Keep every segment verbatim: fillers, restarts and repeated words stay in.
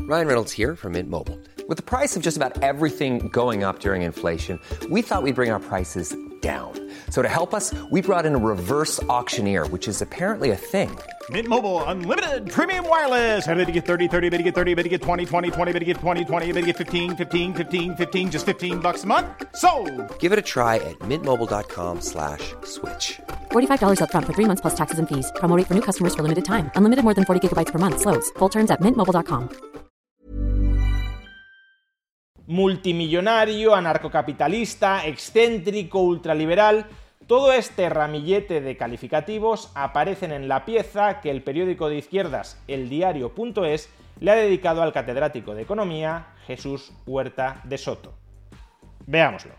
Ryan Reynolds here from Mint Mobile. With the price of just about everything going up during inflation, we thought we'd bring our prices down. So to help us, we brought in a reverse auctioneer, which is apparently a thing. Mint Mobile Unlimited Premium Wireless. How to get thirty, thirty, how to get thirty, how to get twenty, twenty, twenty, how to get twenty, twenty, how to get fifteen, fifteen, fifteen, fifteen, just fifteen bucks a month? Sold! Give it a try at mintmobile.com slash switch. forty-five dollars up front for three months plus taxes and fees. Promo rate for new customers for limited time. Unlimited more than forty gigabytes per month. Slows full terms at mint mobile dot com. Multimillonario, anarcocapitalista, excéntrico, ultraliberal. Todo este ramillete de calificativos aparecen en la pieza que el periódico de izquierdas El Diario punto es le ha dedicado al catedrático de Economía Jesús Huerta de Soto. Veámoslo.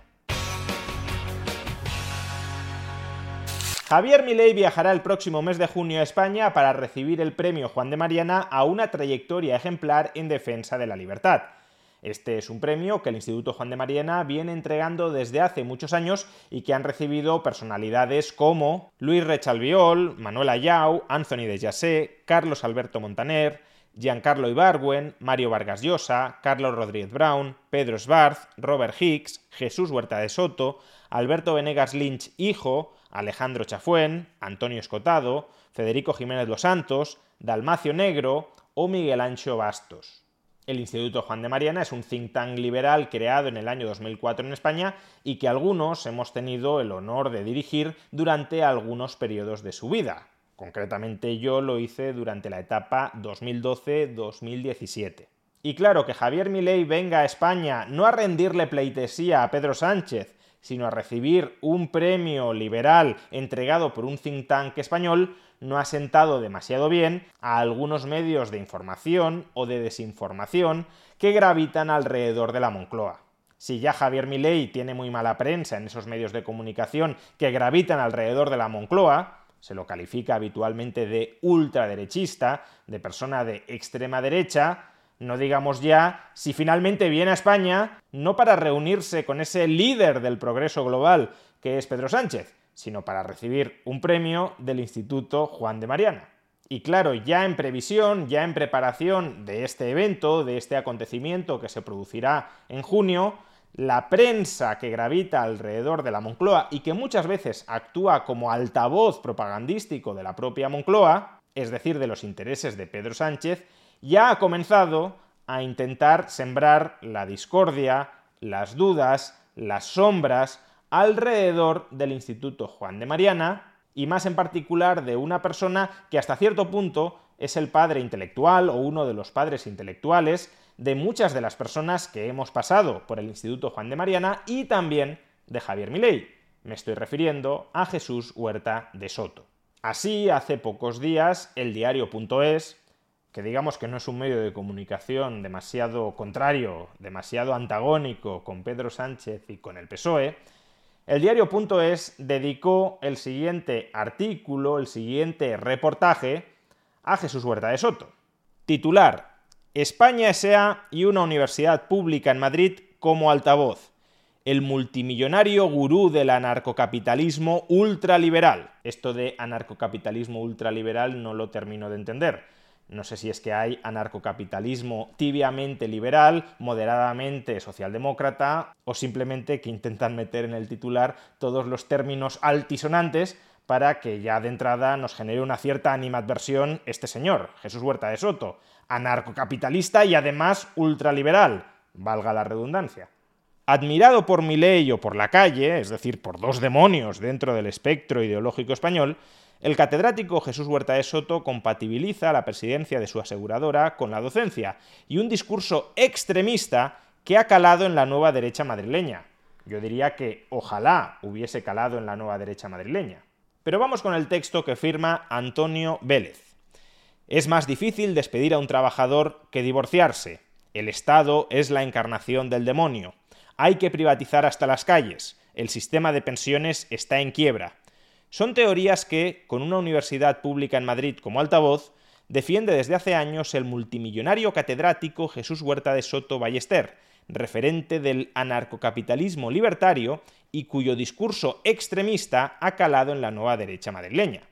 Javier Milei viajará el próximo mes de junio a España para recibir el premio Juan de Mariana a una trayectoria ejemplar en defensa de la libertad. Este es un premio que el Instituto Juan de Mariana viene entregando desde hace muchos años y que han recibido personalidades como Luis Rechalviol, Manuel Ayau, Anthony de Jassé, Carlos Alberto Montaner, Giancarlo Ibargüen, Mario Vargas Llosa, Carlos Rodríguez Brown, Pedro Schwartz, Robert Hicks, Jesús Huerta de Soto, Alberto Venegas Lynch hijo, Alejandro Chafuen, Antonio Escotado, Federico Jiménez Los Santos, Dalmacio Negro o Miguel Ancho Bastos. El Instituto Juan de Mariana es un think tank liberal creado en el año dos mil cuatro en España y que algunos hemos tenido el honor de dirigir durante algunos periodos de su vida. Concretamente yo lo hice durante la etapa dos mil doce a dos mil diecisiete. Y claro, que Javier Milei venga a España no a rendirle pleitesía a Pedro Sánchez, sino a recibir un premio liberal entregado por un think tank español, no ha sentado demasiado bien a algunos medios de información o de desinformación que gravitan alrededor de la Moncloa. Si ya Javier Milei tiene muy mala prensa en esos medios de comunicación que gravitan alrededor de la Moncloa, se lo califica habitualmente de ultraderechista, de persona de extrema derecha, no digamos ya si finalmente viene a España no para reunirse con ese líder del progreso global que es Pedro Sánchez, sino para recibir un premio del Instituto Juan de Mariana. Y claro, ya en previsión, ya en preparación de este evento, de este acontecimiento que se producirá en junio, la prensa que gravita alrededor de la Moncloa y que muchas veces actúa como altavoz propagandístico de la propia Moncloa, es decir, de los intereses de Pedro Sánchez, ya ha comenzado a intentar sembrar la discordia, las dudas, las sombras alrededor del Instituto Juan de Mariana y más en particular de una persona que hasta cierto punto es el padre intelectual o uno de los padres intelectuales de muchas de las personas que hemos pasado por el Instituto Juan de Mariana y también de Javier Milei. Me estoy refiriendo a Jesús Huerta de Soto. Así, hace pocos días, El Diario punto es, que digamos que no es un medio de comunicación demasiado contrario, demasiado antagónico con Pedro Sánchez y con el P S O E, El Diario punto es dedicó el siguiente artículo, el siguiente reportaje a Jesús Huerta de Soto. Titular: España S A y una universidad pública en Madrid como altavoz. El multimillonario gurú del anarcocapitalismo ultraliberal. Esto de anarcocapitalismo ultraliberal no lo termino de entender. No sé si es que hay anarcocapitalismo tibiamente liberal, moderadamente socialdemócrata, o simplemente que intentan meter en el titular todos los términos altisonantes para que ya de entrada nos genere una cierta animadversión este señor, Jesús Huerta de Soto, anarcocapitalista y además ultraliberal, valga la redundancia. Admirado por Milei o por la calle, es decir, por dos demonios dentro del espectro ideológico español, el catedrático Jesús Huerta de Soto compatibiliza la presidencia de su aseguradora con la docencia y un discurso extremista que ha calado en la nueva derecha madrileña. Yo diría que ojalá hubiese calado en la nueva derecha madrileña. Pero vamos con el texto que firma Antonio Vélez. Es más difícil despedir a un trabajador que divorciarse. El Estado es la encarnación del demonio. Hay que privatizar hasta las calles. El sistema de pensiones está en quiebra. Son teorías que, con una universidad pública en Madrid como altavoz, defiende desde hace años el multimillonario catedrático Jesús Huerta de Soto Ballester, referente del anarcocapitalismo libertario y cuyo discurso extremista ha calado en la nueva derecha madrileña.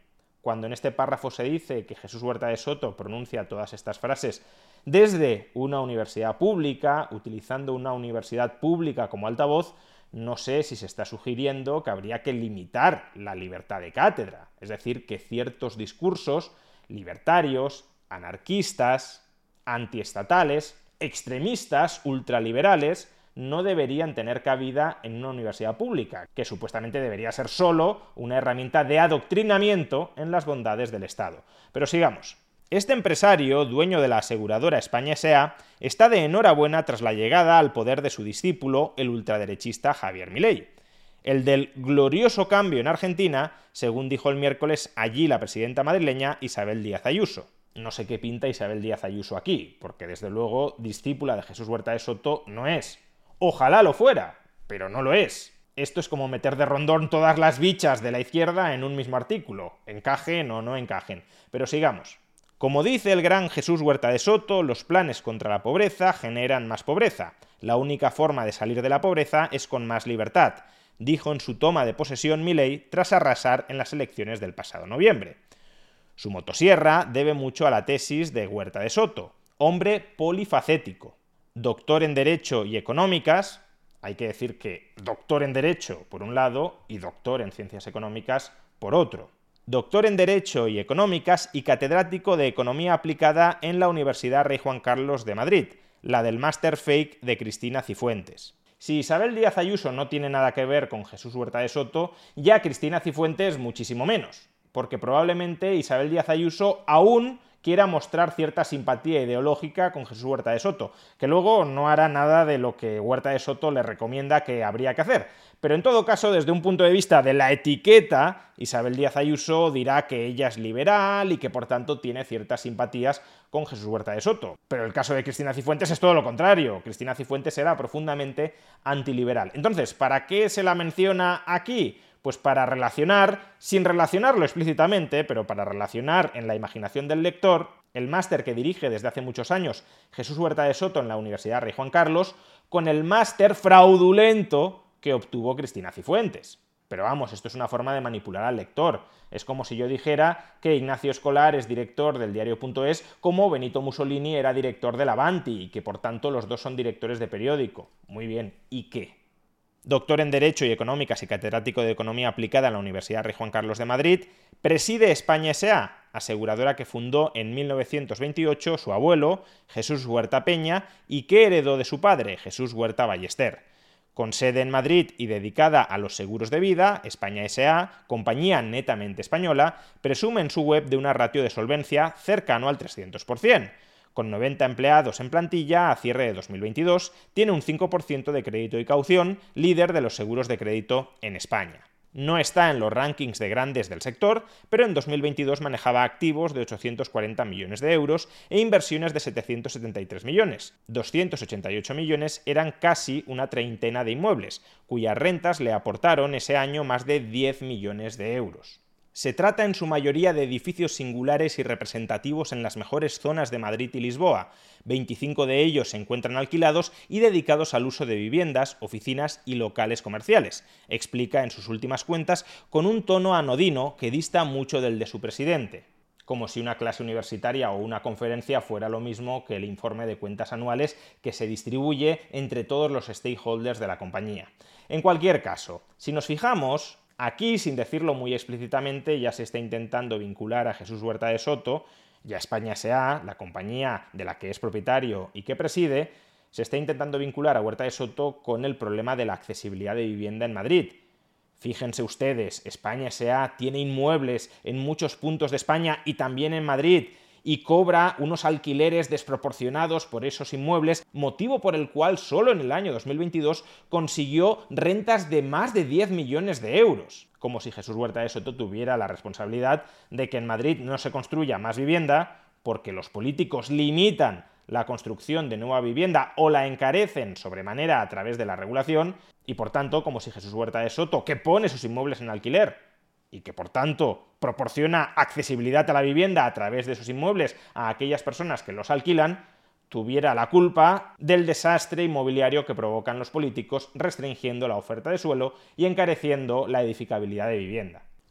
cuando en este párrafo se dice que Jesús Huerta de Soto pronuncia todas estas frases desde una universidad pública, utilizando una universidad pública como altavoz, no sé si se está sugiriendo que habría que limitar la libertad de cátedra, es decir, que ciertos discursos libertarios, anarquistas, antiestatales, extremistas, ultraliberales, no deberían tener cabida en una universidad pública, que supuestamente debería ser solo una herramienta de adoctrinamiento en las bondades del Estado. Pero sigamos. Este empresario, dueño de la aseguradora España ese a, está de enhorabuena tras la llegada al poder de su discípulo, el ultraderechista Javier Milei. El del glorioso cambio en Argentina, según dijo el miércoles allí la presidenta madrileña Isabel Díaz Ayuso. No sé qué pinta Isabel Díaz Ayuso aquí, porque desde luego discípula de Jesús Huerta de Soto no es. Ojalá lo fuera, pero no lo es. Esto es como meter de rondón todas las bichas de la izquierda en un mismo artículo. Encajen o no encajen. Pero sigamos. Como dice el gran Jesús Huerta de Soto, los planes contra la pobreza generan más pobreza. La única forma de salir de la pobreza es con más libertad, dijo en su toma de posesión Milei tras arrasar en las elecciones del pasado noviembre. Su motosierra debe mucho a la tesis de Huerta de Soto, hombre polifacético, doctor en Derecho y Económicas, hay que decir que doctor en Derecho por un lado y doctor en Ciencias Económicas por otro. Doctor en Derecho y Económicas y catedrático de Economía Aplicada en la Universidad Rey Juan Carlos de Madrid, la del máster fake de Cristina Cifuentes. Si Isabel Díaz Ayuso no tiene nada que ver con Jesús Huerta de Soto, ya Cristina Cifuentes muchísimo menos, porque probablemente Isabel Díaz Ayuso aún quiera mostrar cierta simpatía ideológica con Jesús Huerta de Soto, que luego no hará nada de lo que Huerta de Soto le recomienda que habría que hacer. Pero en todo caso, desde un punto de vista de la etiqueta, Isabel Díaz Ayuso dirá que ella es liberal y que por tanto tiene ciertas simpatías con Jesús Huerta de Soto. Pero el caso de Cristina Cifuentes es todo lo contrario. Cristina Cifuentes era profundamente antiliberal. Entonces, ¿para qué se la menciona aquí? Pues para relacionar, sin relacionarlo explícitamente, pero para relacionar en la imaginación del lector, el máster que dirige desde hace muchos años Jesús Huerta de Soto en la Universidad Rey Juan Carlos, con el máster fraudulento que obtuvo Cristina Cifuentes. Pero vamos, esto es una forma de manipular al lector. Es como si yo dijera que Ignacio Escolar es director del diario punto es, como Benito Mussolini era director del Avanti, y que por tanto los dos son directores de periódico. Muy bien, ¿y qué? Doctor en Derecho y Económicas y catedrático de Economía Aplicada en la Universidad Rey Juan Carlos de Madrid, preside España ese a, aseguradora que fundó en mil novecientos veintiocho su abuelo, Jesús Huerta Peña, y que heredó de su padre, Jesús Huerta Ballester. Con sede en Madrid y dedicada a los seguros de vida, España ese a, compañía netamente española, presume en su web de una ratio de solvencia cercano al trescientos por ciento. Con noventa empleados en plantilla, a cierre de dos mil veintidós, tiene un cinco por ciento de crédito y caución, líder de los seguros de crédito en España. No está en los rankings de grandes del sector, pero en dos mil veintidós manejaba activos de ochocientos cuarenta millones de euros e inversiones de setecientos setenta y tres millones. doscientos ochenta y ocho millones eran casi una treintena de inmuebles, cuyas rentas le aportaron ese año más de diez millones de euros. Se trata en su mayoría de edificios singulares y representativos en las mejores zonas de Madrid y Lisboa. veinticinco de ellos se encuentran alquilados y dedicados al uso de viviendas, oficinas y locales comerciales, explica en sus últimas cuentas con un tono anodino que dista mucho del de su presidente. Como si una clase universitaria o una conferencia fuera lo mismo que el informe de cuentas anuales que se distribuye entre todos los stakeholders de la compañía. En cualquier caso, si nos fijamos, aquí, sin decirlo muy explícitamente, ya se está intentando vincular a Jesús Huerta de Soto y a España ese a, la compañía de la que es propietario y que preside, se está intentando vincular a Huerta de Soto con el problema de la accesibilidad de vivienda en Madrid. Fíjense ustedes, España ese a tiene inmuebles en muchos puntos de España y también en Madrid, y cobra unos alquileres desproporcionados por esos inmuebles, motivo por el cual solo en el año dos mil veintidós consiguió rentas de más de diez millones de euros. Como si Jesús Huerta de Soto tuviera la responsabilidad de que en Madrid no se construya más vivienda, porque los políticos limitan la construcción de nueva vivienda o la encarecen sobremanera a través de la regulación, y por tanto, como si Jesús Huerta de Soto, que pone sus inmuebles en alquiler, y que por tanto proporciona accesibilidad a la vivienda a través de sus inmuebles a aquellas personas que los alquilan, tuviera la culpa del desastre inmobiliario que provocan los políticos restringiendo la oferta de suelo y encareciendo la edificabilidad de vivienda.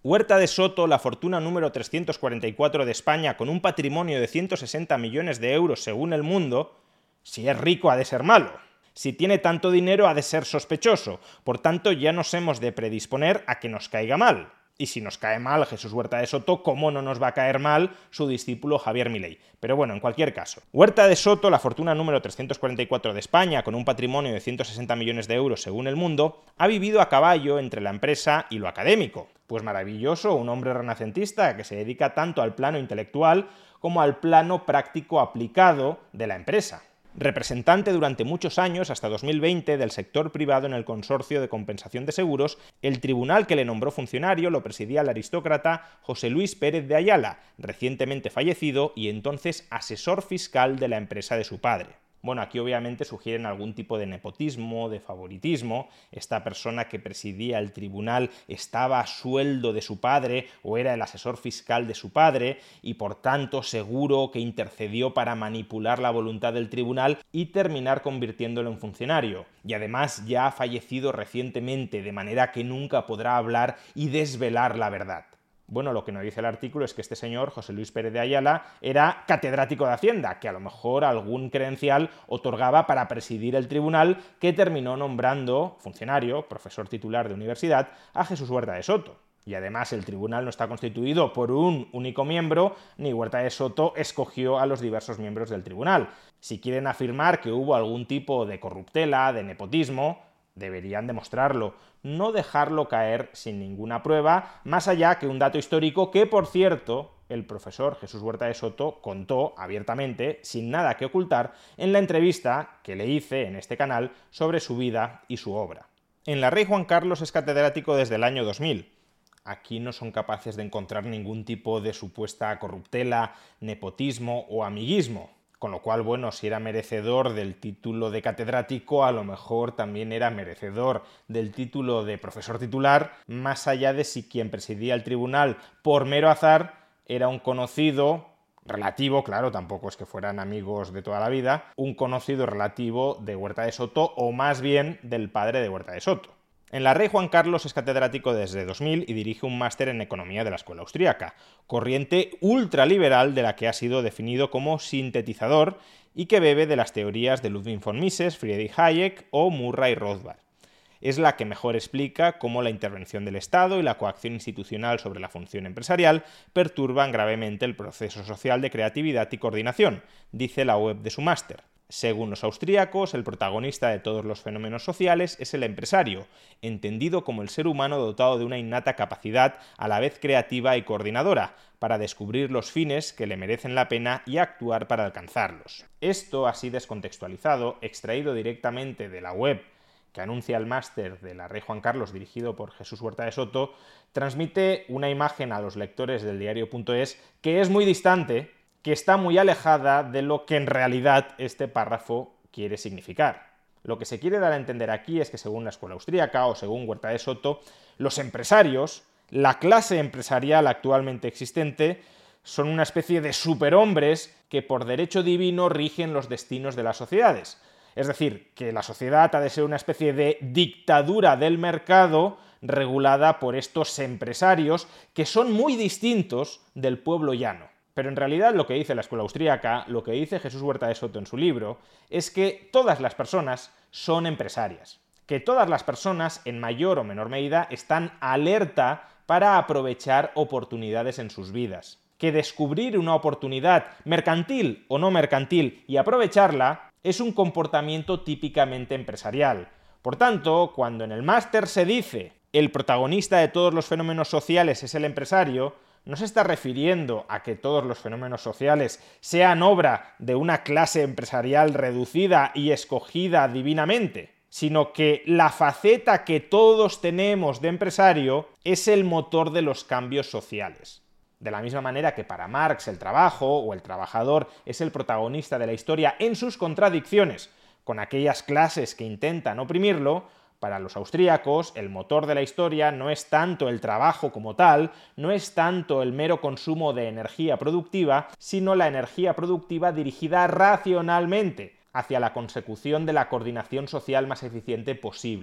Huerta de Soto, la fortuna número trescientos cuarenta y cuatro de España, con un patrimonio de ciento sesenta millones de euros según El Mundo, si es rico ha de ser malo. Si tiene tanto dinero ha de ser sospechoso, por tanto ya nos hemos de predisponer a que nos caiga mal. Y si nos cae mal Jesús Huerta de Soto, ¿cómo no nos va a caer mal su discípulo Javier Milei? Pero bueno, en cualquier caso. Huerta de Soto, la fortuna número trescientos cuarenta y cuatro de España, con un patrimonio de ciento sesenta millones de euros según El Mundo, ha vivido a caballo entre la empresa y lo académico. Pues maravilloso, un hombre renacentista que se dedica tanto al plano intelectual como al plano práctico aplicado de la empresa. Representante durante muchos años, hasta dos mil veinte, del sector privado en el Consorcio de Compensación de Seguros, el tribunal que le nombró funcionario lo presidía el aristócrata José Luis Pérez de Ayala, recientemente fallecido y entonces asesor fiscal de la empresa de su padre. Bueno, aquí obviamente sugieren algún tipo de nepotismo, de favoritismo. Esta persona que presidía el tribunal estaba a sueldo de su padre o era el asesor fiscal de su padre y por tanto seguro que intercedió para manipular la voluntad del tribunal y terminar convirtiéndolo en funcionario. Y además ya ha fallecido recientemente, de manera que nunca podrá hablar y desvelar la verdad. Bueno, lo que nos dice el artículo es que este señor, José Luis Pérez de Ayala, era catedrático de Hacienda, que a lo mejor algún credencial otorgaba para presidir el tribunal, que terminó nombrando funcionario, profesor titular de universidad, a Jesús Huerta de Soto. Y además el tribunal no está constituido por un único miembro, ni Huerta de Soto escogió a los diversos miembros del tribunal. Si quieren afirmar que hubo algún tipo de corruptela, de nepotismo, deberían demostrarlo, no dejarlo caer sin ninguna prueba, más allá que un dato histórico que, por cierto, el profesor Jesús Huerta de Soto contó abiertamente, sin nada que ocultar, en la entrevista que le hice en este canal sobre su vida y su obra. En la Rey Juan Carlos es catedrático desde el año dos mil. Aquí no son capaces de encontrar ningún tipo de supuesta corruptela, nepotismo o amiguismo. Con lo cual, bueno, si era merecedor del título de catedrático, a lo mejor también era merecedor del título de profesor titular, más allá de si quien presidía el tribunal por mero azar era un conocido relativo, claro, tampoco es que fueran amigos de toda la vida, un conocido relativo de Huerta de Soto o más bien del padre de Huerta de Soto. En la Rey Juan Carlos es catedrático desde dos mil y dirige un máster en Economía de la Escuela Austríaca, corriente ultraliberal de la que ha sido definido como sintetizador y que bebe de las teorías de Ludwig von Mises, Friedrich Hayek o Murray Rothbard. Es la que mejor explica cómo la intervención del Estado y la coacción institucional sobre la función empresarial perturban gravemente el proceso social de creatividad y coordinación, dice la web de su máster. Según los austríacos, el protagonista de todos los fenómenos sociales es el empresario, entendido como el ser humano dotado de una innata capacidad a la vez creativa y coordinadora, para descubrir los fines que le merecen la pena y actuar para alcanzarlos. Esto, así descontextualizado, extraído directamente de la web que anuncia el máster de la Rey Juan Carlos dirigido por Jesús Huerta de Soto, transmite una imagen a los lectores del diario punto es que es muy distante, que está muy alejada de lo que en realidad este párrafo quiere significar. Lo que se quiere dar a entender aquí es que según la escuela austríaca o según Huerta de Soto, los empresarios, la clase empresarial actualmente existente, son una especie de superhombres que por derecho divino rigen los destinos de las sociedades. Es decir, que la sociedad ha de ser una especie de dictadura del mercado regulada por estos empresarios que son muy distintos del pueblo llano. Pero en realidad lo que dice la escuela austríaca, lo que dice Jesús Huerta de Soto en su libro, es que todas las personas son empresarias, que todas las personas, en mayor o menor medida, están alerta para aprovechar oportunidades en sus vidas, que descubrir una oportunidad mercantil o no mercantil y aprovecharla es un comportamiento típicamente empresarial. Por tanto, cuando en el máster se dice el protagonista de todos los fenómenos sociales es el empresario, no se está refiriendo a que todos los fenómenos sociales sean obra de una clase empresarial reducida y escogida divinamente, sino que la faceta que todos tenemos de empresario es el motor de los cambios sociales. De la misma manera que para Marx el trabajo o el trabajador es el protagonista de la historia en sus contradicciones con aquellas clases que intentan oprimirlo, para los austríacos, el motor de la historia no es tanto el trabajo como tal, no es tanto el mero consumo de energía productiva, sino la energía productiva dirigida racionalmente hacia la consecución de la coordinación social más eficiente posible.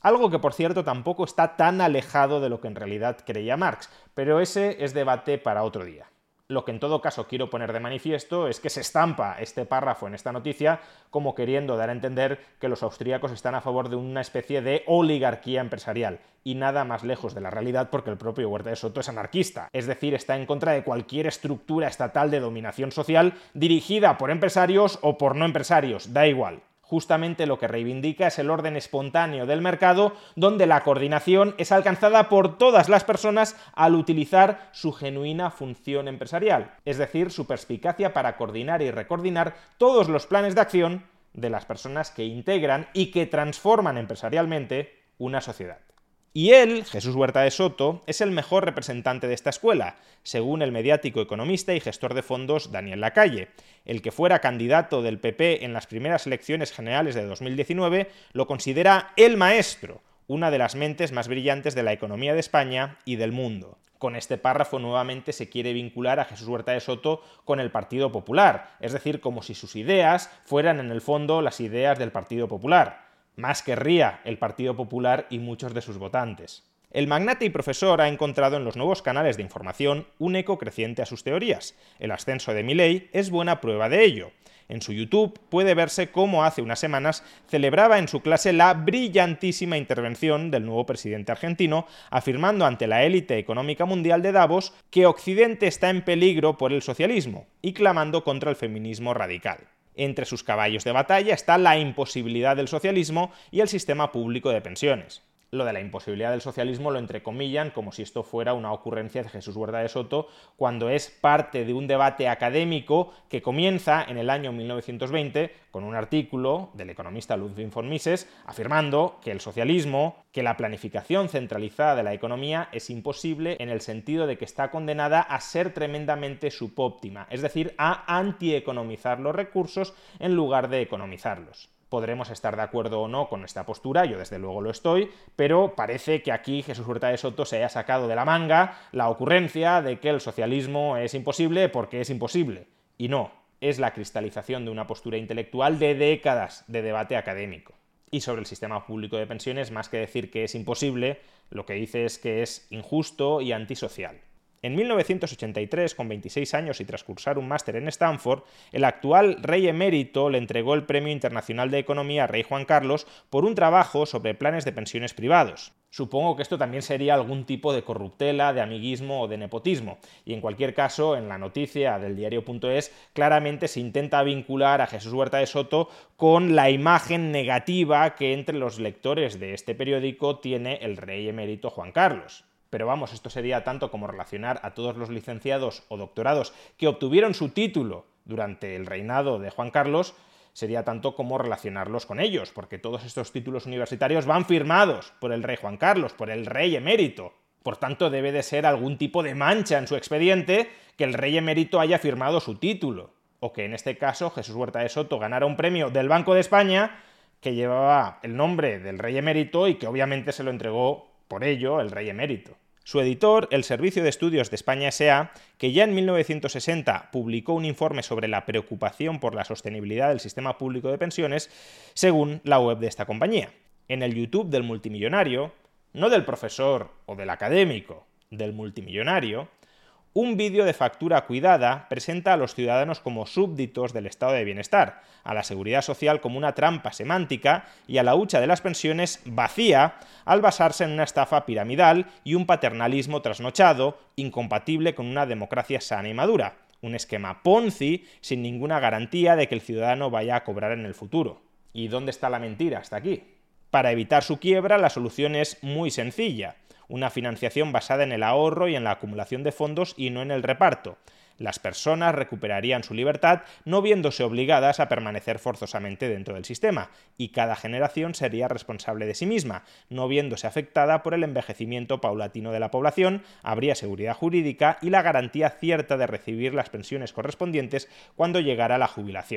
Algo que, por cierto, tampoco está tan alejado de lo que en realidad creía Marx, pero ese es debate para otro día. Lo que en todo caso quiero poner de manifiesto es que se estampa este párrafo en esta noticia como queriendo dar a entender que los austríacos están a favor de una especie de oligarquía empresarial, y nada más lejos de la realidad porque el propio Huerta de Soto es anarquista, es decir, está en contra de cualquier estructura estatal de dominación social dirigida por empresarios o por no empresarios, da igual. Justamente lo que reivindica es el orden espontáneo del mercado, donde la coordinación es alcanzada por todas las personas al utilizar su genuina función empresarial, es decir, su perspicacia para coordinar y recoordinar todos los planes de acción de las personas que integran y que transforman empresarialmente una sociedad. Y él, Jesús Huerta de Soto, es el mejor representante de esta escuela, según el mediático economista y gestor de fondos Daniel Lacalle. El que fuera candidato del P P en las primeras elecciones generales de dos mil diecinueve lo considera el maestro, una de las mentes más brillantes de la economía de España y del mundo. Con este párrafo nuevamente se quiere vincular a Jesús Huerta de Soto con el Partido Popular, es decir, como si sus ideas fueran en el fondo las ideas del Partido Popular. Más querría el Partido Popular y muchos de sus votantes. El magnate y profesor ha encontrado en los nuevos canales de información un eco creciente a sus teorías. El ascenso de Milei es buena prueba de ello. En su YouTube puede verse cómo hace unas semanas celebraba en su clase la brillantísima intervención del nuevo presidente argentino, afirmando ante la élite económica mundial de Davos que Occidente está en peligro por el socialismo y clamando contra el feminismo radical. Entre sus caballos de batalla está la imposibilidad del socialismo y el sistema público de pensiones. Lo de la imposibilidad del socialismo lo entrecomillan como si esto fuera una ocurrencia de Jesús Huerta de Soto, cuando es parte de un debate académico que comienza en el año mil novecientos veinte con un artículo del economista Ludwig von Mises afirmando que el socialismo, que la planificación centralizada de la economía es imposible en el sentido de que está condenada a ser tremendamente subóptima, es decir, a antieconomizar los recursos en lugar de economizarlos. Podremos estar de acuerdo o no con esta postura, yo desde luego lo estoy, pero parece que aquí Jesús Huerta de Soto se haya sacado de la manga la ocurrencia de que el socialismo es imposible porque es imposible. Y no, es la cristalización de una postura intelectual de décadas de debate académico. Y sobre el sistema público de pensiones, más que decir que es imposible, lo que dice es que es injusto y antisocial. En mil novecientos ochenta y tres, con veintiséis años y tras cursar un máster en Stanford, el actual rey emérito le entregó el Premio Internacional de Economía a Rey Juan Carlos por un trabajo sobre planes de pensiones privados. Supongo que esto también sería algún tipo de corruptela, de amiguismo o de nepotismo, y en cualquier caso, en la noticia del diario punto es, claramente se intenta vincular a Jesús Huerta de Soto con la imagen negativa que entre los lectores de este periódico tiene el rey emérito Juan Carlos. Pero vamos, esto sería tanto como relacionar a todos los licenciados o doctorados que obtuvieron su título durante el reinado de Juan Carlos, sería tanto como relacionarlos con ellos, porque todos estos títulos universitarios van firmados por el rey Juan Carlos, por el rey emérito. Por tanto, debe de ser algún tipo de mancha en su expediente que el rey emérito haya firmado su título, o que en este caso Jesús Huerta de Soto ganara un premio del Banco de España que llevaba el nombre del rey emérito y que obviamente se lo entregó por ello el rey emérito. Su editor, el Servicio de Estudios de España S A, que ya en mil novecientos sesenta publicó un informe sobre la preocupación por la sostenibilidad del sistema público de pensiones, según la web de esta compañía. En el YouTube del multimillonario, no del profesor o del académico, del multimillonario, un vídeo de factura cuidada presenta a los ciudadanos como súbditos del estado de bienestar, a la seguridad social como una trampa semántica y a la hucha de las pensiones vacía al basarse en una estafa piramidal y un paternalismo trasnochado, incompatible con una democracia sana y madura, un esquema Ponzi sin ninguna garantía de que el ciudadano vaya a cobrar en el futuro. ¿Y dónde está la mentira hasta aquí? Para evitar su quiebra, la solución es muy sencilla. Una financiación basada en el ahorro y en la acumulación de fondos y no en el reparto. Las personas recuperarían su libertad no viéndose obligadas a permanecer forzosamente dentro del sistema, y cada generación sería responsable de sí misma, no viéndose afectada por el envejecimiento paulatino de la población, habría seguridad jurídica y la garantía cierta de recibir las pensiones correspondientes cuando llegara la jubilación.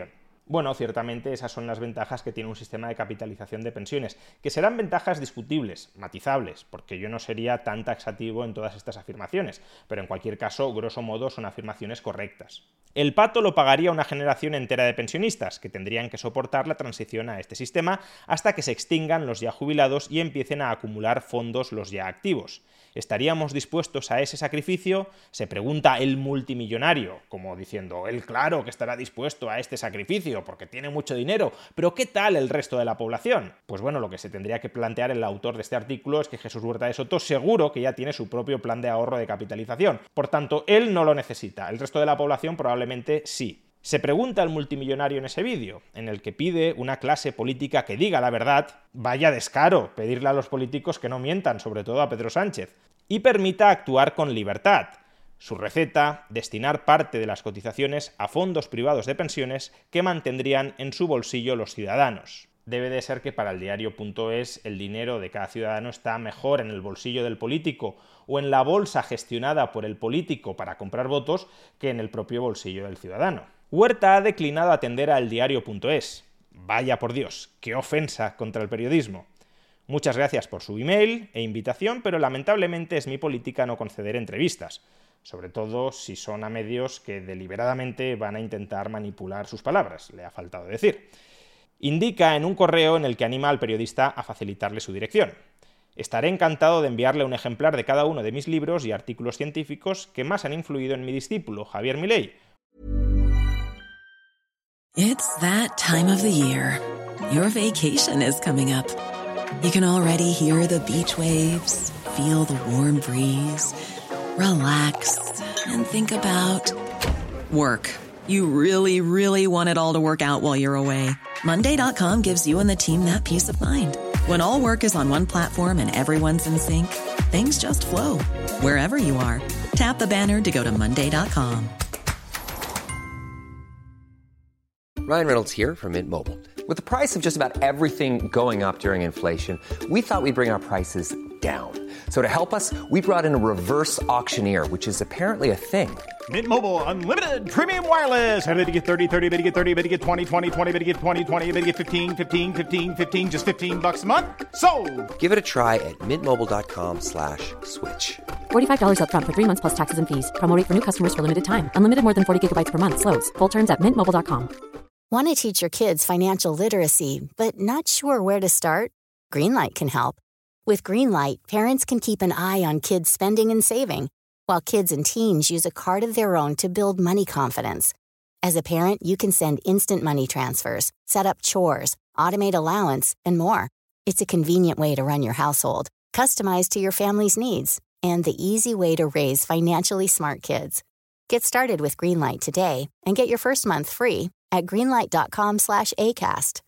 Bueno, ciertamente esas son las ventajas que tiene un sistema de capitalización de pensiones, que serán ventajas discutibles, matizables, porque yo no sería tan taxativo en todas estas afirmaciones, pero en cualquier caso, grosso modo, son afirmaciones correctas. El pato lo pagaría una generación entera de pensionistas, que tendrían que soportar la transición a este sistema hasta que se extingan los ya jubilados y empiecen a acumular fondos los ya activos. ¿Estaríamos dispuestos a ese sacrificio? Se pregunta el multimillonario, como diciendo, él claro que estará dispuesto a este sacrificio porque tiene mucho dinero, pero ¿qué tal el resto de la población? Pues bueno, lo que se tendría que plantear el autor de este artículo es que Jesús Huerta de Soto seguro que ya tiene su propio plan de ahorro de capitalización, por tanto, él no lo necesita, el resto de la población probablemente sí. Se pregunta el multimillonario en ese vídeo, en el que pide una clase política que diga la verdad, vaya descaro pedirle a los políticos que no mientan, sobre todo a Pedro Sánchez, y permita actuar con libertad. Su receta, destinar parte de las cotizaciones a fondos privados de pensiones que mantendrían en su bolsillo los ciudadanos. Debe de ser que para el diario punto es el dinero de cada ciudadano está mejor en el bolsillo del político o en la bolsa gestionada por el político para comprar votos que en el propio bolsillo del ciudadano. Huerta ha declinado atender al diario punto es. Vaya por Dios, qué ofensa contra el periodismo. Muchas gracias por su email e invitación, pero lamentablemente es mi política no conceder entrevistas, sobre todo si son a medios que deliberadamente van a intentar manipular sus palabras, le ha faltado decir. Indica en un correo en el que anima al periodista a facilitarle su dirección. Estaré encantado de enviarle un ejemplar de cada uno de mis libros y artículos científicos que más han influido en mi discípulo, Javier Milei. It's that time of the year. Your vacation is coming up. You can already hear the beach waves, feel the warm breeze, relax, and think about work. You really, really want it all to work out while you're away. Monday dot com gives you and the team that peace of mind. When all work is on one platform and everyone's in sync, things just flow. Wherever you are, tap the banner to go to Monday dot com. Ryan Reynolds here from Mint Mobile. With the price of just about everything going up during inflation, we thought we'd bring our prices down. So to help us, we brought in a reverse auctioneer, which is apparently a thing. Mint Mobile Unlimited Premium Wireless. How to get thirty, thirty, how to get thirty, how to get twenty, twenty, twenty, how to get twenty, twenty, how to get fifteen, fifteen, fifteen, fifteen, just fifteen bucks a month? Sold! Give it a try at mintmobile.com slash switch. forty-five dollars up front for three months plus taxes and fees. Promo rate for new customers for limited time. Unlimited more than forty gigabytes per month. Slows full terms at mint mobile dot com. Want to teach your kids financial literacy, but not sure where to start? Greenlight can help. With Greenlight, parents can keep an eye on kids' spending and saving, while kids and teens use a card of their own to build money confidence. As a parent, you can send instant money transfers, set up chores, automate allowance, and more. It's a convenient way to run your household, customized to your family's needs, and the easy way to raise financially smart kids. Get started with Greenlight today and get your first month free at greenlight.com slash ACAST.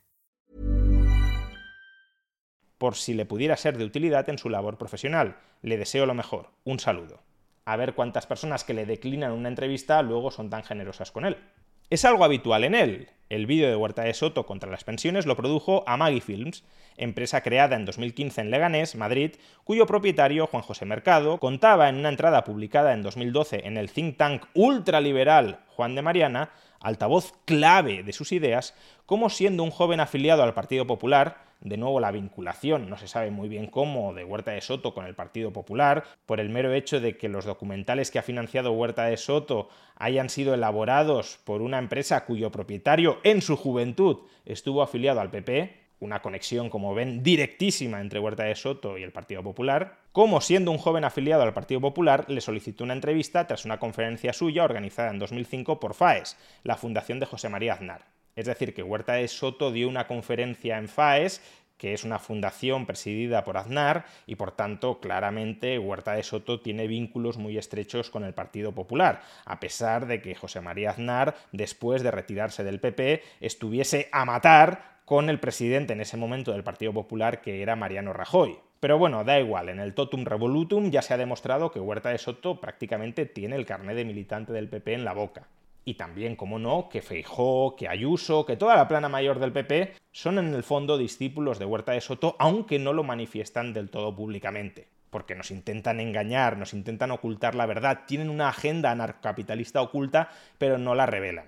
Por si le pudiera ser de utilidad en su labor profesional. Le deseo lo mejor. Un saludo. A ver cuántas personas que le declinan una entrevista luego son tan generosas con él. Es algo habitual en él. El vídeo de Huerta de Soto contra las pensiones lo produjo Amagi Films, empresa creada en dos mil quince en Leganés, Madrid, cuyo propietario, Juan José Mercado, contaba en una entrada publicada en dos mil doce en el think tank ultraliberal Juan de Mariana, altavoz clave de sus ideas, como siendo un joven afiliado al Partido Popular, de nuevo la vinculación, no se sabe muy bien cómo, de Huerta de Soto con el Partido Popular, por el mero hecho de que los documentales que ha financiado Huerta de Soto hayan sido elaborados por una empresa cuyo propietario en su juventud estuvo afiliado al P P, una conexión, como ven, directísima entre Huerta de Soto y el Partido Popular, como siendo un joven afiliado al Partido Popular le solicitó una entrevista tras una conferencia suya organizada en dos mil cinco por FAES, la fundación de José María Aznar. Es decir, que Huerta de Soto dio una conferencia en FAES, que es una fundación presidida por Aznar, y por tanto, claramente, Huerta de Soto tiene vínculos muy estrechos con el Partido Popular, a pesar de que José María Aznar, después de retirarse del P P, estuviese a matar con el presidente en ese momento del Partido Popular, que era Mariano Rajoy. Pero bueno, da igual, en el totum revolutum ya se ha demostrado que Huerta de Soto prácticamente tiene el carné de militante del P P en la boca. Y también, como no, que Feijóo, que Ayuso, que toda la plana mayor del P P son en el fondo discípulos de Huerta de Soto, aunque no lo manifiestan del todo públicamente. Porque nos intentan engañar, nos intentan ocultar la verdad, tienen una agenda anarcocapitalista oculta, pero no la revelan.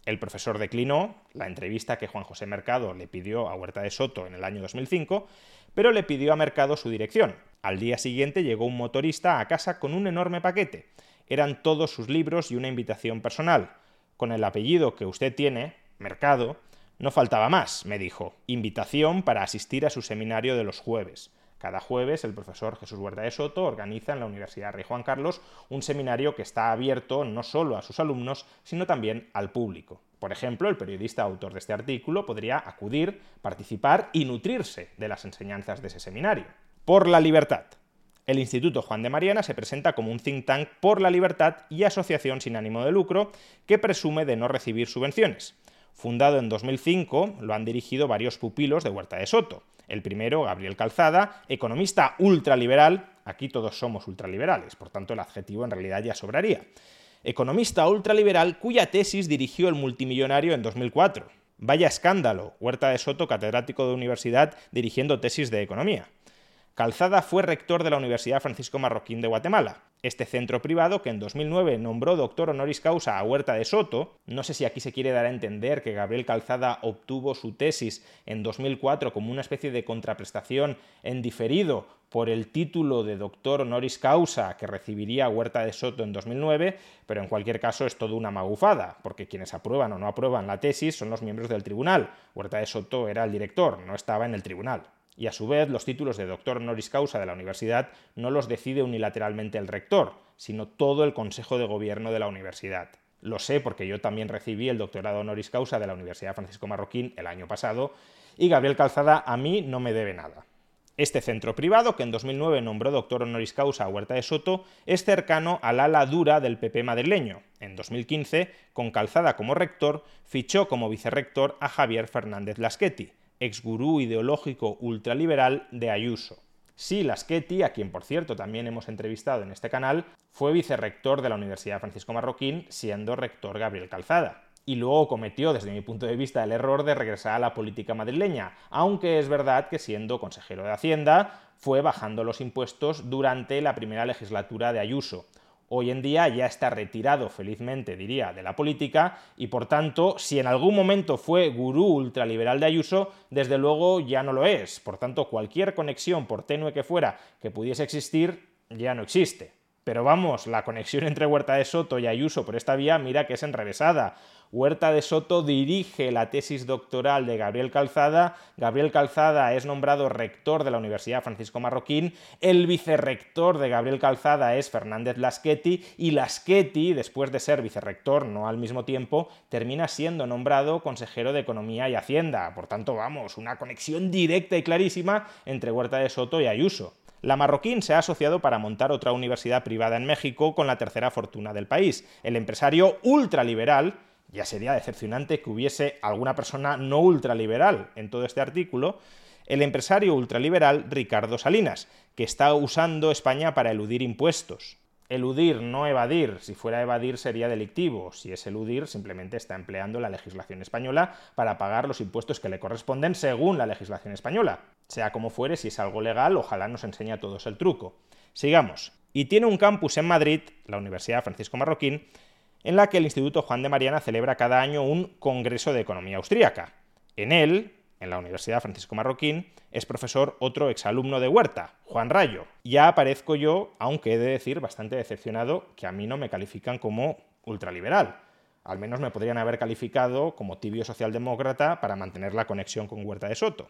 El profesor declinó la entrevista que Juan José Mercado le pidió a Huerta de Soto en el año dos mil cinco, pero le pidió a Mercado su dirección. Al día siguiente llegó un motorista a casa con un enorme paquete. Eran todos sus libros y una invitación personal. Con el apellido que usted tiene, Mercado, no faltaba más, me dijo. Invitación para asistir a su seminario de los jueves. Cada jueves el profesor Jesús Huerta de Soto organiza en la Universidad Rey Juan Carlos un seminario que está abierto no solo a sus alumnos, sino también al público. Por ejemplo, el periodista autor de este artículo podría acudir, participar y nutrirse de las enseñanzas de ese seminario. Por la libertad. El Instituto Juan de Mariana se presenta como un think tank por la libertad y asociación sin ánimo de lucro que presume de no recibir subvenciones. Fundado en dos mil cinco, lo han dirigido varios pupilos de Huerta de Soto. El primero, Gabriel Calzada, economista ultraliberal, aquí todos somos ultraliberales, por tanto el adjetivo en realidad ya sobraría. Economista ultraliberal cuya tesis dirigió el multimillonario en dos mil cuatro. Vaya escándalo, Huerta de Soto, catedrático de universidad, dirigiendo tesis de economía. Calzada fue rector de la Universidad Francisco Marroquín de Guatemala. Este centro privado, que en dos mil nueve nombró doctor honoris causa a Huerta de Soto, no sé si aquí se quiere dar a entender que Gabriel Calzada obtuvo su tesis en dos mil cuatro como una especie de contraprestación en diferido por el título de doctor honoris causa que recibiría Huerta de Soto en dos mil nueve, pero en cualquier caso es todo una magufada, porque quienes aprueban o no aprueban la tesis son los miembros del tribunal. Huerta de Soto era el director, no estaba en el tribunal. Y a su vez, los títulos de doctor honoris causa de la universidad no los decide unilateralmente el rector, sino todo el Consejo de Gobierno de la universidad. Lo sé porque yo también recibí el doctorado honoris causa de la Universidad Francisco Marroquín el año pasado, y Gabriel Calzada a mí no me debe nada. Este centro privado, que en dos mil nueve nombró doctor honoris causa a Huerta de Soto, es cercano al ala dura del P P madrileño. En dos mil quince, con Calzada como rector, fichó como vicerrector a Javier Fernández Laschetti, exgurú ideológico ultraliberal de Ayuso. Sí, Laschetti, a quien por cierto también hemos entrevistado en este canal, fue vicerrector de la Universidad Francisco Marroquín, siendo rector Gabriel Calzada. Y luego cometió, desde mi punto de vista, el error de regresar a la política madrileña, aunque es verdad que siendo consejero de Hacienda fue bajando los impuestos durante la primera legislatura de Ayuso. Hoy en día ya está retirado, felizmente diría, de la política y por tanto, si en algún momento fue gurú ultraliberal de Ayuso, desde luego ya no lo es. Por tanto, cualquier conexión, por tenue que fuera, que pudiese existir, ya no existe. Pero vamos, la conexión entre Huerta de Soto y Ayuso por esta vía, mira que es enrevesada. Huerta de Soto dirige la tesis doctoral de Gabriel Calzada, Gabriel Calzada es nombrado rector de la Universidad Francisco Marroquín, el vicerrector de Gabriel Calzada es Fernández Laschetti, y Laschetti, después de ser vicerrector, no al mismo tiempo, termina siendo nombrado consejero de Economía y Hacienda. Por tanto, vamos, una conexión directa y clarísima entre Huerta de Soto y Ayuso. La Marroquín se ha asociado para montar otra universidad privada en México con la tercera fortuna del país. El empresario ultraliberal, ya sería decepcionante que hubiese alguna persona no ultraliberal en todo este artículo, el empresario ultraliberal Ricardo Salinas, que está usando España para eludir impuestos. Eludir, no evadir. Si fuera evadir sería delictivo. Si es eludir, simplemente está empleando la legislación española para pagar los impuestos que le corresponden según la legislación española. Sea como fuere, si es algo legal, ojalá nos enseñe a todos el truco. Sigamos. Y tiene un campus en Madrid, la Universidad Francisco Marroquín, en la que el Instituto Juan de Mariana celebra cada año un Congreso de Economía Austríaca. En él, en la Universidad Francisco Marroquín, es profesor otro exalumno de Huerta, Juan Rayo. Ya aparezco yo, aunque he de decir bastante decepcionado, que a mí no me califican como ultraliberal. Al menos me podrían haber calificado como tibio socialdemócrata para mantener la conexión con Huerta de Soto.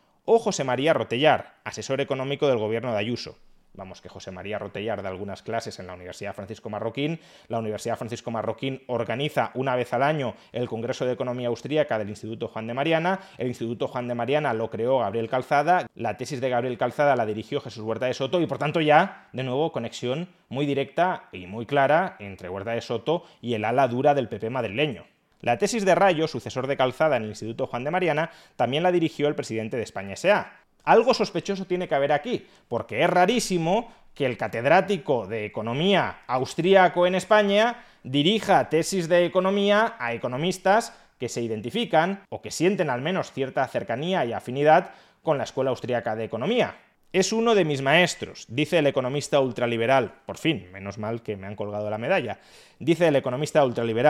O José María Rotellar, asesor económico del gobierno de Ayuso. Vamos, que José María Rotellar da algunas clases en la Universidad Francisco Marroquín. La Universidad Francisco Marroquín organiza una vez al año el Congreso de Economía Austríaca del Instituto Juan de Mariana. El Instituto Juan de Mariana lo creó Gabriel Calzada. La tesis de Gabriel Calzada la dirigió Jesús Huerta de Soto y, por tanto, ya, de nuevo, conexión muy directa y muy clara entre Huerta de Soto y el ala dura del P P madrileño. La tesis de Rayo, sucesor de Calzada en el Instituto Juan de Mariana, también la dirigió el presidente de España S A Algo sospechoso tiene que haber aquí, porque es rarísimo que el catedrático de Economía austríaco en España dirija tesis de economía a economistas que se identifican o que sienten al menos cierta cercanía y afinidad con la Escuela Austríaca de Economía. Es uno de mis maestros, dice el economista ultraliberal. Por fin, menos mal que me han colgado la medalla. Dice el economista ultraliberal.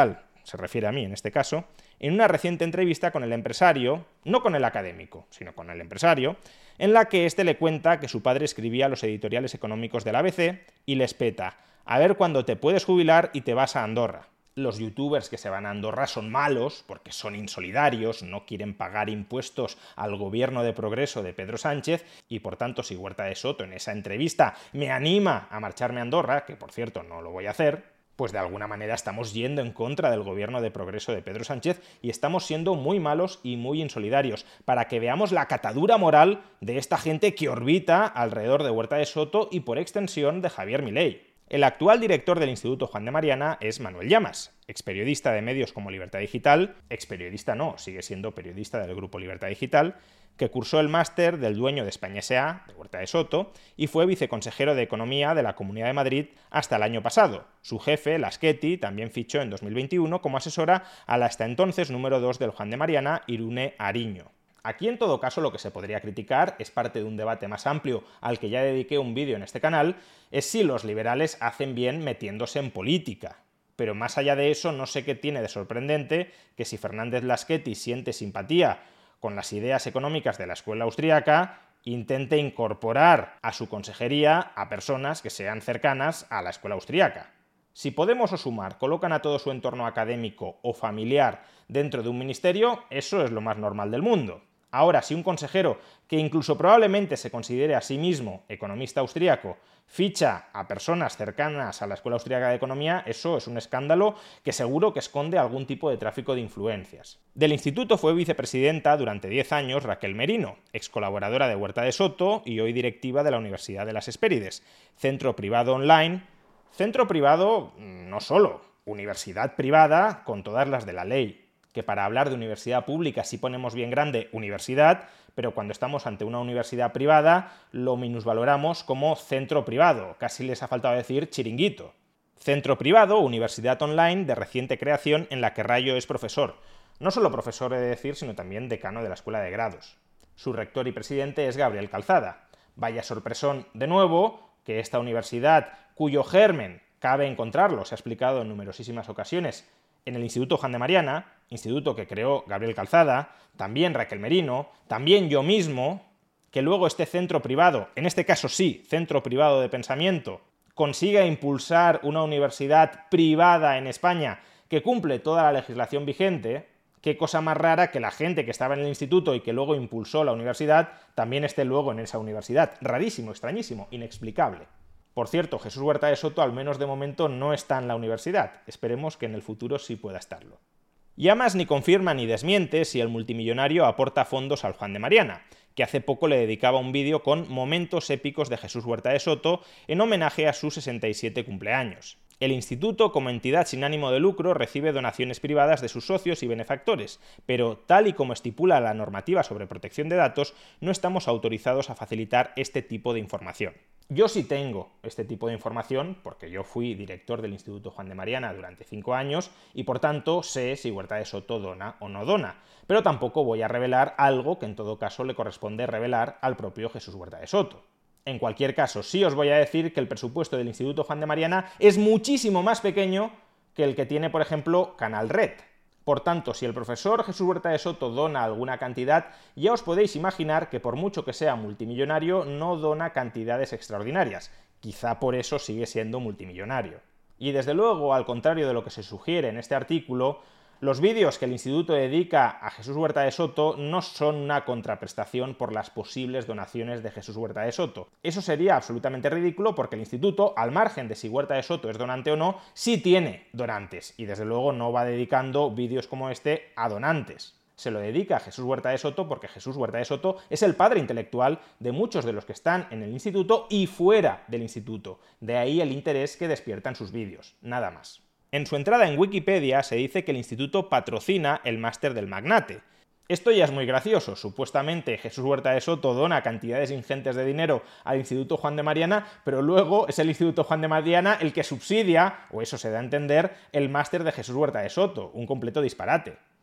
se refiere a mí en este caso, en una reciente entrevista con el empresario, no con el académico, sino con el empresario, en la que éste le cuenta que su padre escribía los editoriales económicos del A B C y le espeta: a ver cuándo te puedes jubilar y te vas a Andorra. Los youtubers que se van a Andorra son malos porque son insolidarios, no quieren pagar impuestos al gobierno de progreso de Pedro Sánchez y por tanto si Huerta de Soto en esa entrevista me anima a marcharme a Andorra, que por cierto no lo voy a hacer, pues de alguna manera estamos yendo en contra del gobierno de progreso de Pedro Sánchez y estamos siendo muy malos y muy insolidarios, para que veamos la catadura moral de esta gente que orbita alrededor de Huerta de Soto y por extensión de Javier Milei. El actual director del Instituto Juan de Mariana es Manuel Llamas, experiodista de medios como Libertad Digital, experiodista no, sigue siendo periodista del grupo Libertad Digital, que cursó el máster del dueño de España S A, de Huerta de Soto, y fue viceconsejero de Economía de la Comunidad de Madrid hasta el año pasado. Su jefe, Laschetti, también fichó en dos mil veintiuno como asesora a la hasta entonces número dos del Juan de Mariana, Irune Ariño. Aquí, en todo caso, lo que se podría criticar, es parte de un debate más amplio al que ya dediqué un vídeo en este canal, es si los liberales hacen bien metiéndose en política. Pero más allá de eso, no sé qué tiene de sorprendente que si Fernández Laschetti siente simpatía con las ideas económicas de la escuela austríaca, intente incorporar a su consejería a personas que sean cercanas a la escuela austríaca. Si Podemos o Sumar colocan a todo su entorno académico o familiar dentro de un ministerio, eso es lo más normal del mundo. Ahora, si un consejero, que incluso probablemente se considere a sí mismo economista austríaco, ficha a personas cercanas a la Escuela Austríaca de Economía, eso es un escándalo que seguro que esconde algún tipo de tráfico de influencias. Del instituto fue vicepresidenta durante diez años Raquel Merino, ex colaboradora de Huerta de Soto y hoy directiva de la Universidad de las Hespérides, centro privado online. Centro privado no solo, universidad privada con todas las de la ley, que para hablar de universidad pública sí ponemos bien grande universidad, pero cuando estamos ante una universidad privada lo minusvaloramos como centro privado, casi les ha faltado decir chiringuito. Centro privado, universidad online de reciente creación en la que Rayo es profesor. No solo profesor he de decir, sino también decano de la Escuela de Grados. Su rector y presidente es Gabriel Calzada. Vaya sorpresón de nuevo que esta universidad, cuyo germen cabe encontrarlo, se ha explicado en numerosísimas ocasiones, en el Instituto Juan de Mariana, instituto que creó Gabriel Calzada, también Raquel Merino, también yo mismo, que luego este centro privado, en este caso sí, centro privado de pensamiento, consiga impulsar una universidad privada en España que cumple toda la legislación vigente, qué cosa más rara que la gente que estaba en el instituto y que luego impulsó la universidad también esté luego en esa universidad. Rarísimo, extrañísimo, inexplicable. Por cierto, Jesús Huerta de Soto al menos de momento no está en la universidad. Esperemos que en el futuro sí pueda estarlo. Llamas ni confirma ni desmiente si el multimillonario aporta fondos al Juan de Mariana, que hace poco le dedicaba un vídeo con momentos épicos de Jesús Huerta de Soto en homenaje a su sesenta y siete cumpleaños. El instituto, como entidad sin ánimo de lucro, recibe donaciones privadas de sus socios y benefactores, pero tal y como estipula la normativa sobre protección de datos, no estamos autorizados a facilitar este tipo de información. Yo sí tengo este tipo de información, porque yo fui director del Instituto Juan de Mariana durante cinco años y por tanto sé si Huerta de Soto dona o no dona, pero tampoco voy a revelar algo que en todo caso le corresponde revelar al propio Jesús Huerta de Soto. En cualquier caso, sí os voy a decir que el presupuesto del Instituto Juan de Mariana es muchísimo más pequeño que el que tiene, por ejemplo, Canal Red. Por tanto, si el profesor Jesús Huerta de Soto dona alguna cantidad, ya os podéis imaginar que por mucho que sea multimillonario, no dona cantidades extraordinarias. Quizá por eso sigue siendo multimillonario. Y desde luego, al contrario de lo que se sugiere en este artículo, los vídeos que el instituto dedica a Jesús Huerta de Soto no son una contraprestación por las posibles donaciones de Jesús Huerta de Soto. Eso sería absolutamente ridículo porque el instituto, al margen de si Huerta de Soto es donante o no, sí tiene donantes y desde luego no va dedicando vídeos como este a donantes. Se lo dedica a Jesús Huerta de Soto porque Jesús Huerta de Soto es el padre intelectual de muchos de los que están en el instituto y fuera del instituto. De ahí el interés que despiertan sus vídeos, nada más. En su entrada en Wikipedia se dice que el instituto patrocina el máster del magnate. Esto ya es muy gracioso. Supuestamente Jesús Huerta de Soto dona cantidades ingentes de dinero al Instituto Juan de Mariana, pero luego es el Instituto Juan de Mariana el que subsidia, o eso se da a entender, el máster de Jesús Huerta de Soto. Un completo disparate.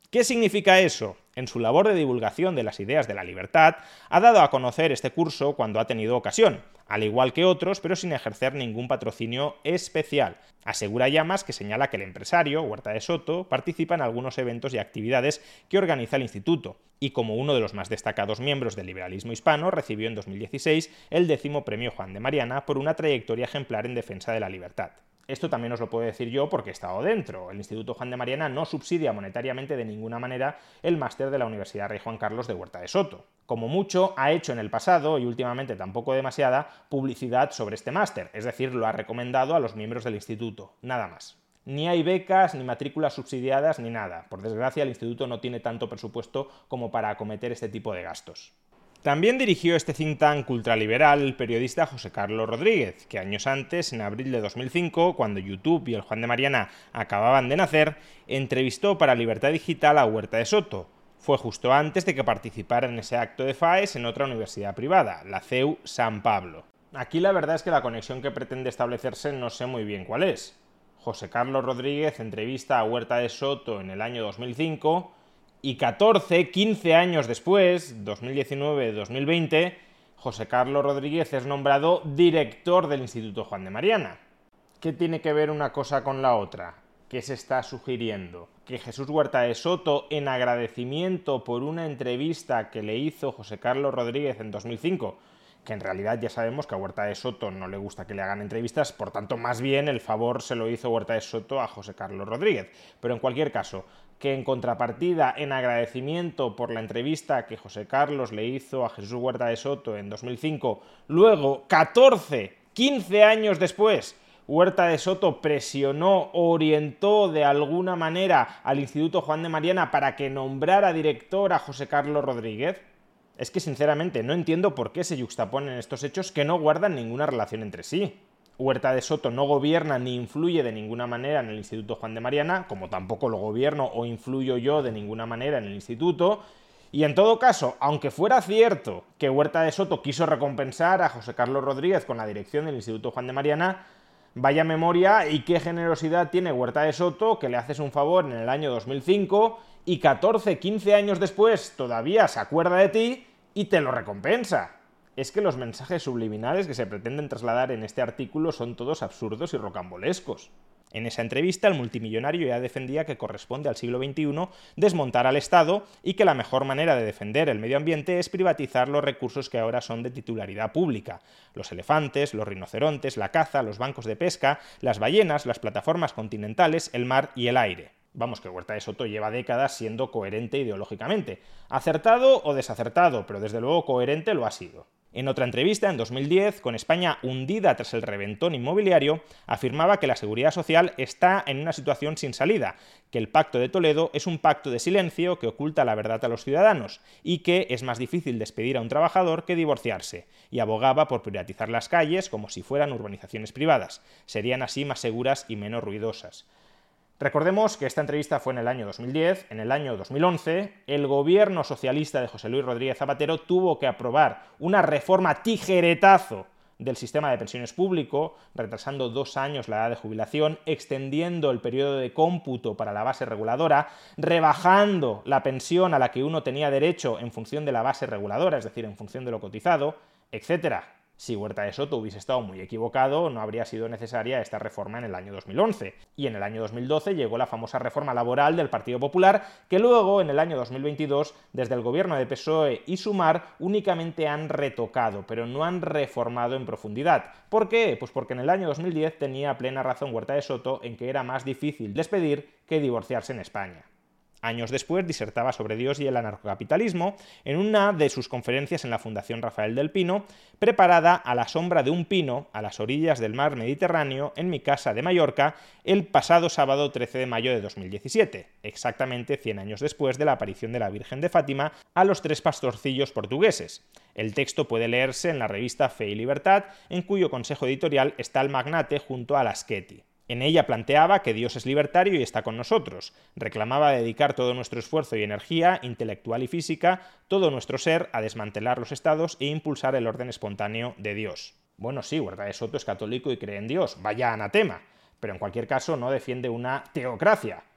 ¿Qué significa eso? En su labor de divulgación de las ideas de la libertad, ha dado a conocer este curso cuando ha tenido ocasión, al igual que otros, pero sin ejercer ningún patrocinio especial. Asegura Llamas que señala que el empresario, Huerta de Soto, participa en algunos eventos y actividades que organiza el instituto, y como uno de los más destacados miembros del liberalismo hispano, recibió en dos mil dieciséis el décimo premio Juan de Mariana por una trayectoria ejemplar en defensa de la libertad. Esto también os lo puedo decir yo porque he estado dentro. El Instituto Juan de Mariana no subsidia monetariamente de ninguna manera el máster de la Universidad Rey Juan Carlos de Huerta de Soto. Como mucho, ha hecho en el pasado, y últimamente tampoco demasiada, publicidad sobre este máster, es decir, lo ha recomendado a los miembros del instituto, nada más. Ni hay becas, ni matrículas subsidiadas, ni nada. Por desgracia, el instituto no tiene tanto presupuesto como para acometer este tipo de gastos. También dirigió este think tank ultraliberal el periodista José Carlos Rodríguez, que años antes, en abril de dos mil cinco, cuando YouTube y el Juan de Mariana acababan de nacer, entrevistó para Libertad Digital a Huerta de Soto. Fue justo antes de que participara en ese acto de FAES en otra universidad privada, la C E U San Pablo. Aquí la verdad es que la conexión que pretende establecerse no sé muy bien cuál es. José Carlos Rodríguez entrevista a Huerta de Soto en el año dos mil cinco... y catorce, quince años después, dos mil diecinueve dos mil veinte, José Carlos Rodríguez es nombrado director del Instituto Juan de Mariana. ¿Qué tiene que ver una cosa con la otra? ¿Qué se está sugiriendo? ¿Que Jesús Huerta de Soto, en agradecimiento por una entrevista que le hizo José Carlos Rodríguez en dos mil cinco, que en realidad ya sabemos que a Huerta de Soto no le gusta que le hagan entrevistas, por tanto, más bien el favor se lo hizo Huerta de Soto a José Carlos Rodríguez. Pero en cualquier caso, que en contrapartida, en agradecimiento por la entrevista que José Carlos le hizo a Jesús Huerta de Soto en dos mil cinco, luego, catorce, quince años después, Huerta de Soto presionó, orientó de alguna manera al Instituto Juan de Mariana para que nombrara director a José Carlos Rodríguez. Es que sinceramente no entiendo por qué se yuxtaponen estos hechos que no guardan ninguna relación entre sí. Huerta de Soto no gobierna ni influye de ninguna manera en el Instituto Juan de Mariana, como tampoco lo gobierno o influyo yo de ninguna manera en el instituto, y en todo caso, aunque fuera cierto que Huerta de Soto quiso recompensar a José Carlos Rodríguez con la dirección del Instituto Juan de Mariana, vaya memoria y qué generosidad tiene Huerta de Soto, que le haces un favor en el año dos mil cinco y catorce, quince años después todavía se acuerda de ti y te lo recompensa. Es que los mensajes subliminales que se pretenden trasladar en este artículo son todos absurdos y rocambolescos. En esa entrevista, el multimillonario ya defendía que corresponde al siglo veintiuno desmontar al Estado y que la mejor manera de defender el medio ambiente es privatizar los recursos que ahora son de titularidad pública. Los elefantes, los rinocerontes, la caza, los bancos de pesca, las ballenas, las plataformas continentales, el mar y el aire. Vamos, que Huerta de Soto lleva décadas siendo coherente ideológicamente. Acertado o desacertado, pero desde luego coherente lo ha sido. En otra entrevista, en dos mil diez, con España hundida tras el reventón inmobiliario, afirmaba que la seguridad social está en una situación sin salida, que el Pacto de Toledo es un pacto de silencio que oculta la verdad a los ciudadanos y que es más difícil despedir a un trabajador que divorciarse, y abogaba por privatizar las calles como si fueran urbanizaciones privadas. Serían así más seguras y menos ruidosas. Recordemos que esta entrevista fue en el año dos mil diez, en el año dos mil once, el gobierno socialista de José Luis Rodríguez Zapatero tuvo que aprobar una reforma tijeretazo del sistema de pensiones público, retrasando dos años la edad de jubilación, extendiendo el periodo de cómputo para la base reguladora, rebajando la pensión a la que uno tenía derecho en función de la base reguladora, es decir, en función de lo cotizado, etcétera. Si Huerta de Soto hubiese estado muy equivocado, no habría sido necesaria esta reforma en el año dos mil once. Y en el año dos mil doce llegó la famosa reforma laboral del Partido Popular, que luego, en el año dos mil veintidós, desde el gobierno de P S O E y Sumar, únicamente han retocado, pero no han reformado en profundidad. ¿Por qué? Pues porque en el año dos mil diez tenía plena razón Huerta de Soto en que era más difícil despedir que divorciarse en España. Años después disertaba sobre Dios y el anarcocapitalismo en una de sus conferencias en la Fundación Rafael del Pino, preparada a la sombra de un pino a las orillas del mar Mediterráneo en mi casa de Mallorca el pasado sábado trece de mayo de dos mil diecisiete, exactamente cien años después de la aparición de la Virgen de Fátima a los tres pastorcillos portugueses. El texto puede leerse en la revista Fe y Libertad, en cuyo consejo editorial está el magnate junto a Lasqueti. En ella planteaba que Dios es libertario y está con nosotros. Reclamaba dedicar todo nuestro esfuerzo y energía, intelectual y física, todo nuestro ser, a desmantelar los estados e impulsar el orden espontáneo de Dios. Bueno, sí, Huerta de Soto es católico y cree en Dios, vaya anatema, pero en cualquier caso no defiende una teocracia,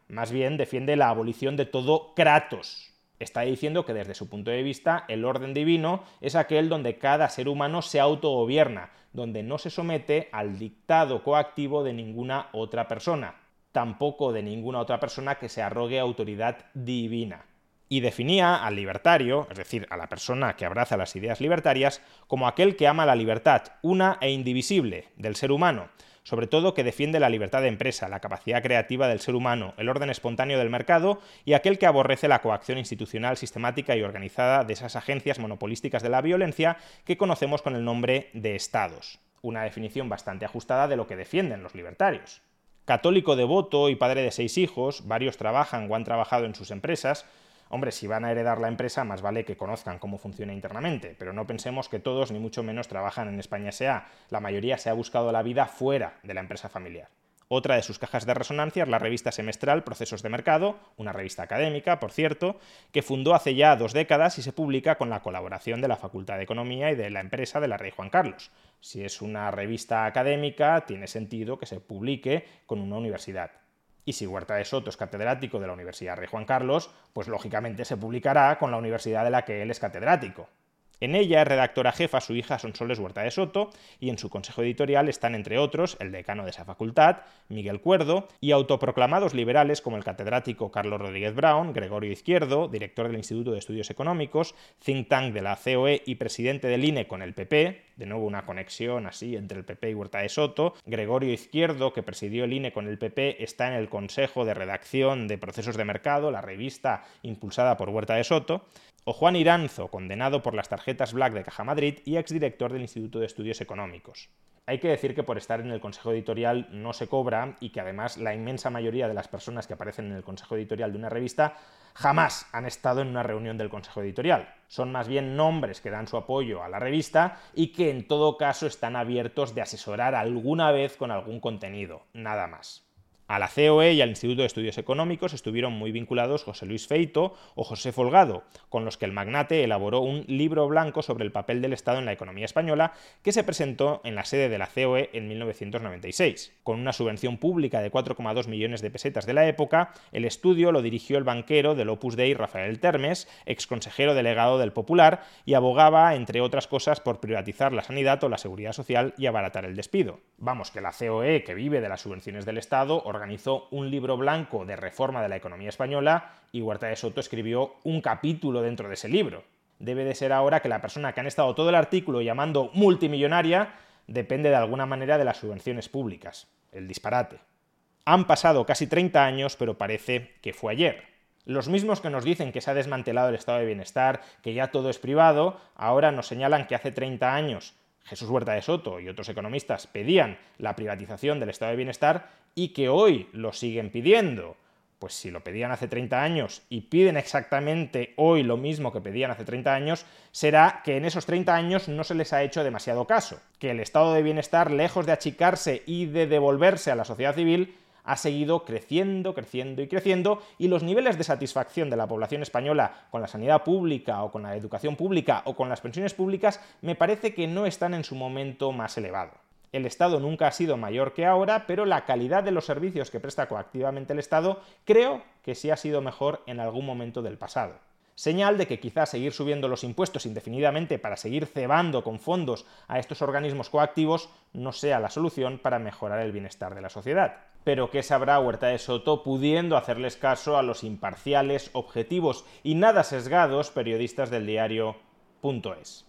más bien defiende la abolición de todo kratos. Está diciendo que desde su punto de vista el orden divino es aquel donde cada ser humano se autogobierna, donde no se somete al dictado coactivo de ninguna otra persona, tampoco de ninguna otra persona que se arrogue autoridad divina. Y definía al libertario, es decir, a la persona que abraza las ideas libertarias, como aquel que ama la libertad, una e indivisible, del ser humano, sobre todo que defiende la libertad de empresa, la capacidad creativa del ser humano, el orden espontáneo del mercado y aquel que aborrece la coacción institucional sistemática y organizada de esas agencias monopolísticas de la violencia que conocemos con el nombre de estados. Una definición bastante ajustada de lo que defienden los libertarios. Católico devoto y padre de seis hijos, varios trabajan o han trabajado en sus empresas. Hombre, si van a heredar la empresa, más vale que conozcan cómo funciona internamente, pero no pensemos que todos, ni mucho menos, trabajan en España S A La mayoría se ha buscado la vida fuera de la empresa familiar. Otra de sus cajas de resonancia es la revista semestral Procesos de Mercado, una revista académica, por cierto, que fundó hace ya dos décadas y se publica con la colaboración de la Facultad de Economía y de la empresa de la Rey Juan Carlos. Si es una revista académica, tiene sentido que se publique con una universidad. Y si Huerta de Soto es catedrático de la Universidad Rey Juan Carlos, pues lógicamente se publicará con la universidad de la que él es catedrático. En ella es redactora jefa su hija Sonsoles Huerta de Soto y en su consejo editorial están, entre otros, el decano de esa facultad, Miguel Cuerdo, y autoproclamados liberales como el catedrático Carlos Rodríguez Brown, Gregorio Izquierdo, director del Instituto de Estudios Económicos, think tank de la C O E y presidente del I N E con el P P, de nuevo una conexión así entre el P P y Huerta de Soto. Gregorio Izquierdo, que presidió el I N E con el P P, está en el Consejo de Redacción de Procesos de Mercado, la revista impulsada por Huerta de Soto. O Juan Iranzo, condenado por las tarjetas Black de Caja Madrid y exdirector del Instituto de Estudios Económicos. Hay que decir que por estar en el consejo editorial no se cobra y que además la inmensa mayoría de las personas que aparecen en el consejo editorial de una revista jamás han estado en una reunión del consejo editorial. Son más bien nombres que dan su apoyo a la revista y que en todo caso están abiertos de asesorar alguna vez con algún contenido, nada más. A la C O E y al Instituto de Estudios Económicos estuvieron muy vinculados José Luis Feito o José Folgado, con los que el magnate elaboró un libro blanco sobre el papel del Estado en la economía española que se presentó en la sede de la C O E en mil novecientos noventa y seis. Con una subvención pública de cuatro coma dos millones de pesetas de la época, el estudio lo dirigió el banquero del Opus Dei Rafael Termes, exconsejero delegado del Popular, y abogaba, entre otras cosas, por privatizar la sanidad o la seguridad social y abaratar el despido. Vamos, que la C O E, que vive de las subvenciones del Estado, organizó un libro blanco de reforma de la economía española y Huerta de Soto escribió un capítulo dentro de ese libro. Debe de ser ahora que la persona que han estado todo el artículo llamando multimillonaria depende de alguna manera de las subvenciones públicas. El disparate. Han pasado casi treinta años, pero parece que fue ayer. Los mismos que nos dicen que se ha desmantelado el estado de bienestar, que ya todo es privado, ahora nos señalan que hace treinta años Jesús Huerta de Soto y otros economistas pedían la privatización del estado de bienestar y que hoy lo siguen pidiendo. Pues si lo pedían hace treinta años y piden exactamente hoy lo mismo que pedían hace treinta años, será que en esos treinta años no se les ha hecho demasiado caso, que el estado de bienestar, lejos de achicarse y de devolverse a la sociedad civil, ha seguido creciendo, creciendo y creciendo, y los niveles de satisfacción de la población española con la sanidad pública o con la educación pública o con las pensiones públicas me parece que no están en su momento más elevado. El Estado nunca ha sido mayor que ahora, pero la calidad de los servicios que presta coactivamente el Estado creo que sí ha sido mejor en algún momento del pasado. Señal de que quizás seguir subiendo los impuestos indefinidamente para seguir cebando con fondos a estos organismos coactivos no sea la solución para mejorar el bienestar de la sociedad. Pero ¿qué sabrá Huerta de Soto pudiendo hacerles caso a los imparciales, objetivos y nada sesgados periodistas del diario Punto Es?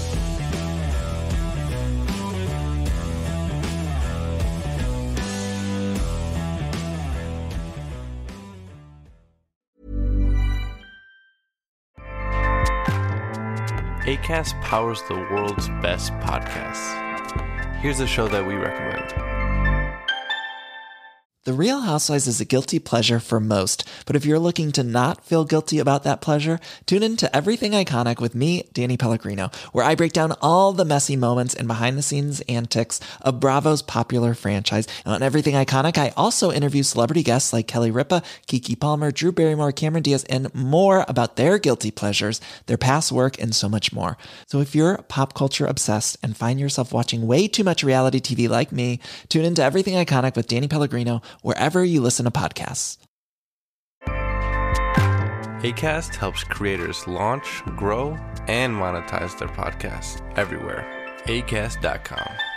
Acast powers the world's best podcasts. Here's a show that we recommend. The Real Housewives is a guilty pleasure for most, but if you're looking to not feel guilty about that pleasure, tune in to Everything Iconic with me, Danny Pellegrino, where I break down all the messy moments and behind-the-scenes antics of Bravo's popular franchise. And on Everything Iconic, I also interview celebrity guests like Kelly Ripa, Keke Palmer, Drew Barrymore, Cameron Diaz, and more about their guilty pleasures, their past work, and so much more. So if you're pop culture obsessed and find yourself watching way too much reality T V like me, tune in to Everything Iconic with Danny Pellegrino, wherever you listen to podcasts. Acast helps creators launch, grow, and monetize their podcasts everywhere. acast dot com.